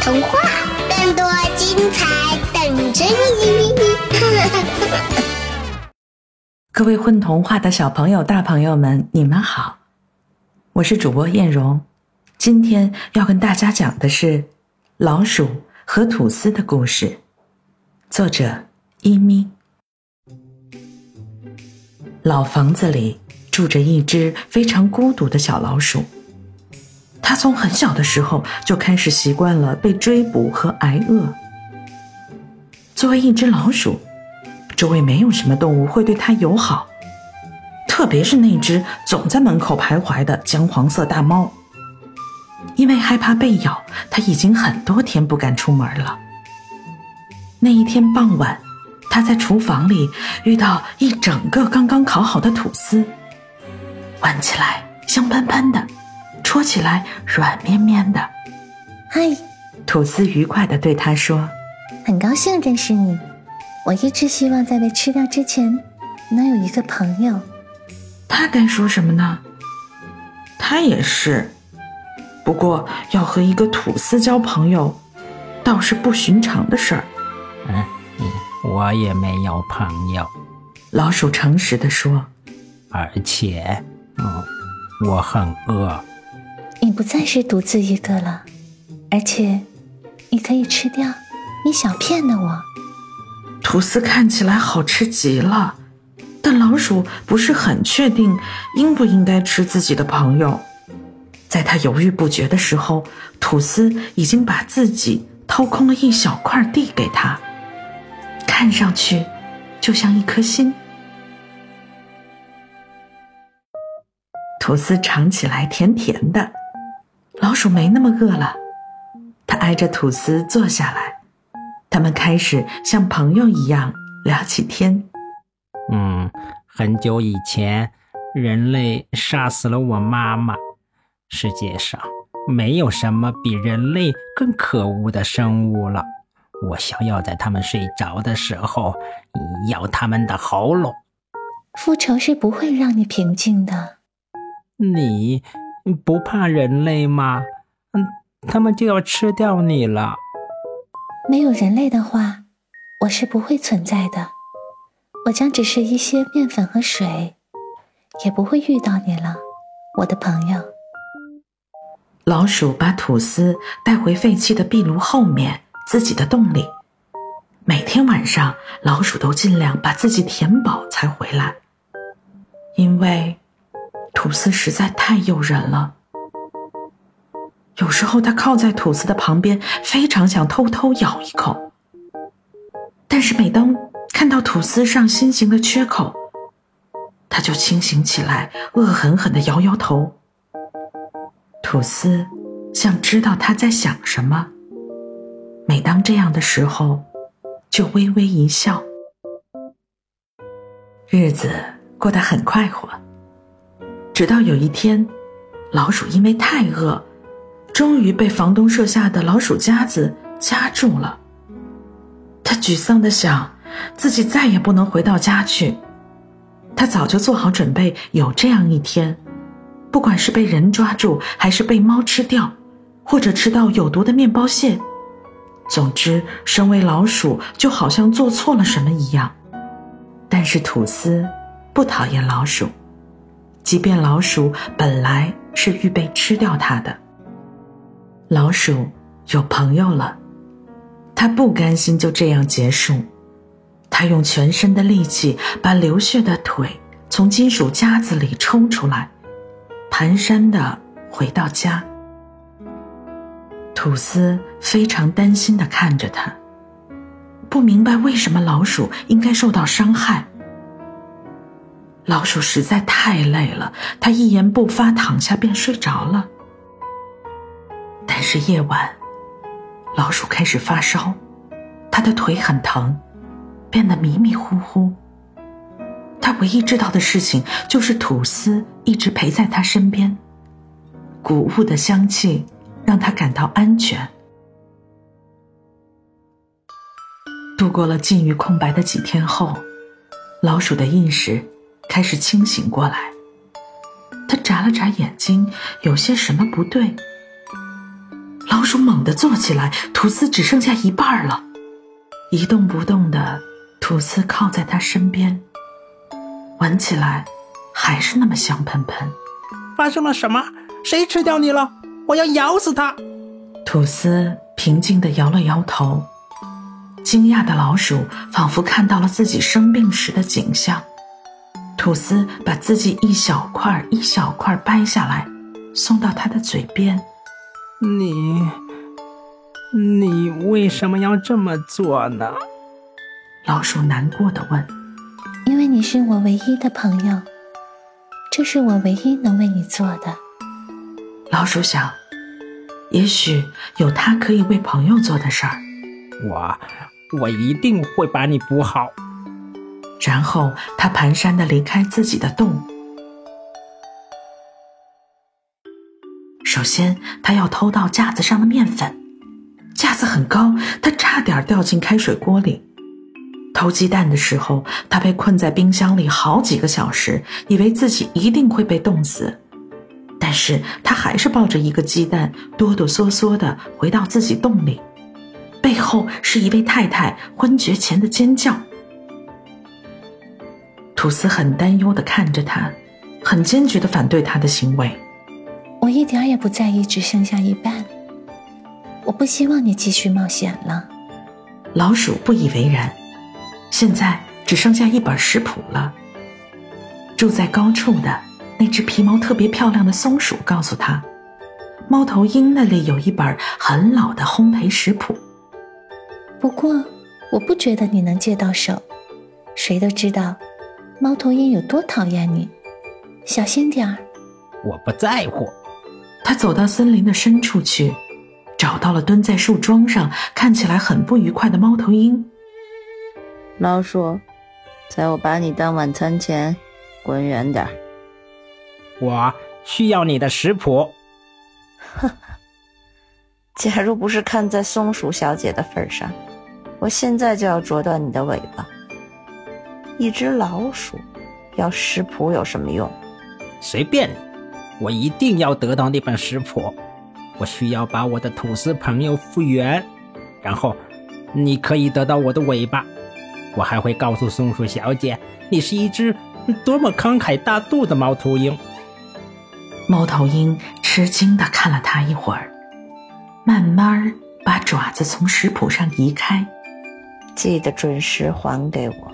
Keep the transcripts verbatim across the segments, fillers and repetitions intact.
童话，更多精彩等着你！ 各位混童话的小朋友大朋友们，你们好，我是主播燕蓉。今天要跟大家讲的是老鼠和吐司的故事，作者一咪。老房子里住着一只非常孤独的小老鼠，它从很小的时候就开始习惯了被追捕和挨饿。作为一只老鼠，周围没有什么动物会对它友好，特别是那只总在门口徘徊的姜黄色大猫。因为害怕被咬，它已经很多天不敢出门了。那一天傍晚，它在厨房里遇到一整个刚刚烤好的吐司，闻起来香喷喷的，戳起来软绵绵的。 嗨， 吐司愉快地对它说， 很高兴认识你，我一直希望在被吃掉之前能有一个朋友。 他该说什么呢？他也是，不过要和一个吐司交朋友倒是不寻常的事儿。 嗯，我也没有朋友， 老鼠诚实地说， 而且嗯，我很饿。 你不再是独自一个了，而且你可以吃掉一小片的我。 吐司看起来好吃极了，但老鼠不是很确定应不应该吃自己的朋友。在他犹豫不决的时候，吐司已经把自己掏空了一小块递给他，看上去就像一颗心。吐司尝起来甜甜的，老鼠没那么饿了，他挨着吐司坐下来，他们开始像朋友一样聊起天。 嗯，很久以前，人类杀死了我妈妈。世界上没有什么比人类更可恶的生物了。我想要在他们睡着的时候咬他们的喉咙。 复仇是不会让你平静的。 你不怕人类吗？嗯，他们就要吃掉你了。 没有人类的话，我是不会存在的。我将只是一些面粉和水，也不会遇到你了，我的朋友。 老鼠把吐司带回废弃的壁炉后面自己的洞里，每天晚上老鼠都尽量把自己填饱才回来，因为吐司实在太诱人了。有时候它靠在吐司的旁边，非常想偷偷咬一口，但是每当看到吐司上心形的缺口，它就清醒起来，恶狠狠地摇摇头。吐司像知道他在想什么，每当这样的时候就微微一笑。日子过得很快活，直到有一天，老鼠因为太饿，终于被房东设下的老鼠夹子夹住了。他沮丧地想，自己再也不能回到家去。他早就做好准备，有这样一天，不管是被人抓住，还是被猫吃掉，或者吃到有毒的面包屑，总之身为老鼠就好像做错了什么一样。但是吐司不讨厌老鼠，即便老鼠本来是预备吃掉它的。老鼠有朋友了，他不甘心就这样结束，他用全身的力气把流血的腿从金属夹子里抽出来，蹒跚地回到家。吐司非常担心地看着他，不明白为什么老鼠应该受到伤害。老鼠实在太累了，他一言不发躺下便睡着了。但是夜晚，老鼠开始发烧，他的腿很疼，变得迷迷糊糊。他唯一知道的事情就是吐司一直陪在他身边，谷物的香气让他感到安全。度过了近于空白的几天后，老鼠的意识开始清醒过来。他眨了眨眼睛，有些什么不对。 老鼠猛地坐起来，吐司只剩下一半了。一动不动的吐司靠在他身边，闻起来还是那么香喷喷。 发生了什么？谁吃掉你了？我要咬死他！ 吐司平静地摇了摇头。惊讶的老鼠仿佛看到了自己生病时的景象。吐司把自己一小块一小块掰下来，送到他的嘴边。 你你为什么要这么做呢？ 老鼠难过地问。 因为你是我唯一的朋友，这是我唯一能为你做的。 老鼠想，也许有他可以为朋友做的事儿。 我我一定会把你补好。 然后他蹒跚地离开自己的洞。首先他要偷到架子上的面粉，架子很高，他差点掉进开水锅里。偷鸡蛋的时候，他被困在冰箱里好几个小时，以为自己一定会被冻死。但是他还是抱着一个鸡蛋，哆哆嗦嗦地回到自己洞里。背后是一位太太昏厥前的尖叫。吐司很担忧地看着他，很坚决地反对他的行为。 我一点也不在意只剩下一半，我不希望你继续冒险了。 老鼠不以为然，现在只剩下一本食谱了。住在高处的那只皮毛特别漂亮的松鼠告诉他，猫头鹰那里有一本很老的烘焙食谱。 不过我不觉得你能接到手，谁都知道猫头鹰有多讨厌你，小心点儿。 我不在乎。 他走到森林的深处去，找到了蹲在树桩上看起来很不愉快的猫头鹰。 老鼠，在我把你当晚餐前，滚远点。 我需要你的食谱。 呵呵，假如不是看在松鼠小姐的份上，我现在就要啄断你的尾巴。一只老鼠要食谱有什么用？ 随便你，我一定要得到那本食谱。我需要把我的吐司朋友复原，然后你可以得到我的尾巴。我还会告诉松鼠小姐，你是一只多么慷慨大度的猫头鹰。 猫头鹰吃惊地看了他一会儿，慢慢把爪子从食谱上移开。 记得准时还给我。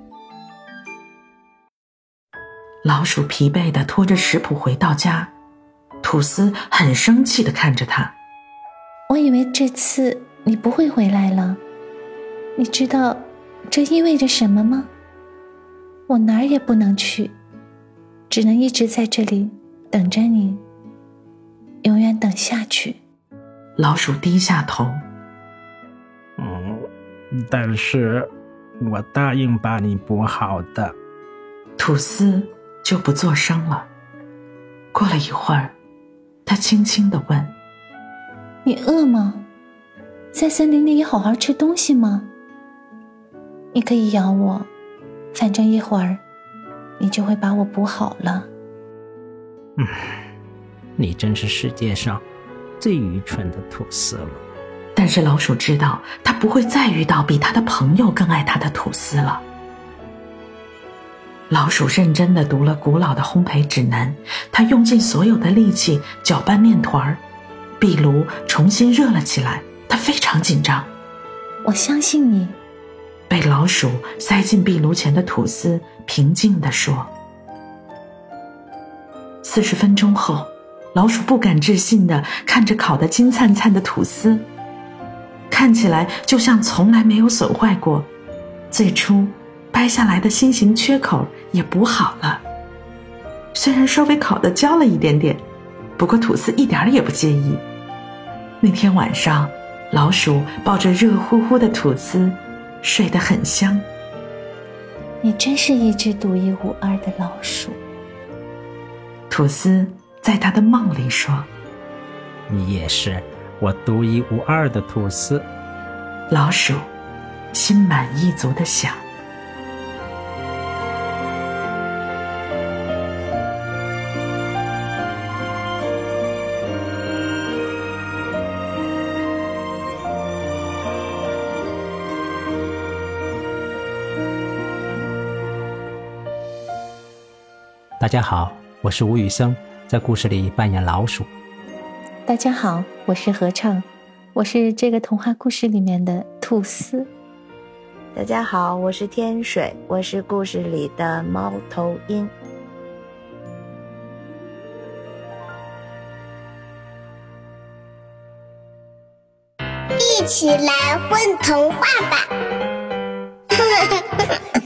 老鼠疲惫地拖着食谱回到家，吐司很生气地看着他。 我以为这次你不会回来了，你知道这意味着什么吗？我哪儿也不能去，只能一直在这里等着你，永远等下去。 老鼠低下头。 嗯，但是我答应把你补好的。 吐司就不作声了。过了一会儿，他轻轻地问： 你饿吗？在森林里好好吃东西吗？你可以咬我，反正一会儿你就会把我补好了。 嗯，你真是世界上最愚蠢的吐司了。 但是老鼠知道，他不会再遇到比他的朋友更爱他的吐司了。老鼠认真地读了古老的烘焙指南，他用尽所有的力气搅拌面团，壁炉重新热了起来，他非常紧张。 我相信你。 被老鼠塞进壁炉前的吐司平静地说。四十分钟后，老鼠不敢置信地看着烤得金灿灿的吐司，看起来就像从来没有损坏过。最初掰下来的心形缺口也补好了，虽然稍微烤得焦了一点点，不过吐司一点也不介意。那天晚上，老鼠抱着热乎乎的吐司睡得很香。 你真是一只独一无二的老鼠。 吐司在他的梦里说。 你也是我独一无二的吐司。 老鼠心满意足地想。 大家好，我是吴宇森，在故事里扮演老鼠。 大家好，我是合唱，我是这个童话故事里面的吐司。 大家好，我是天水，我是故事里的猫头鹰。 一起来混童话吧！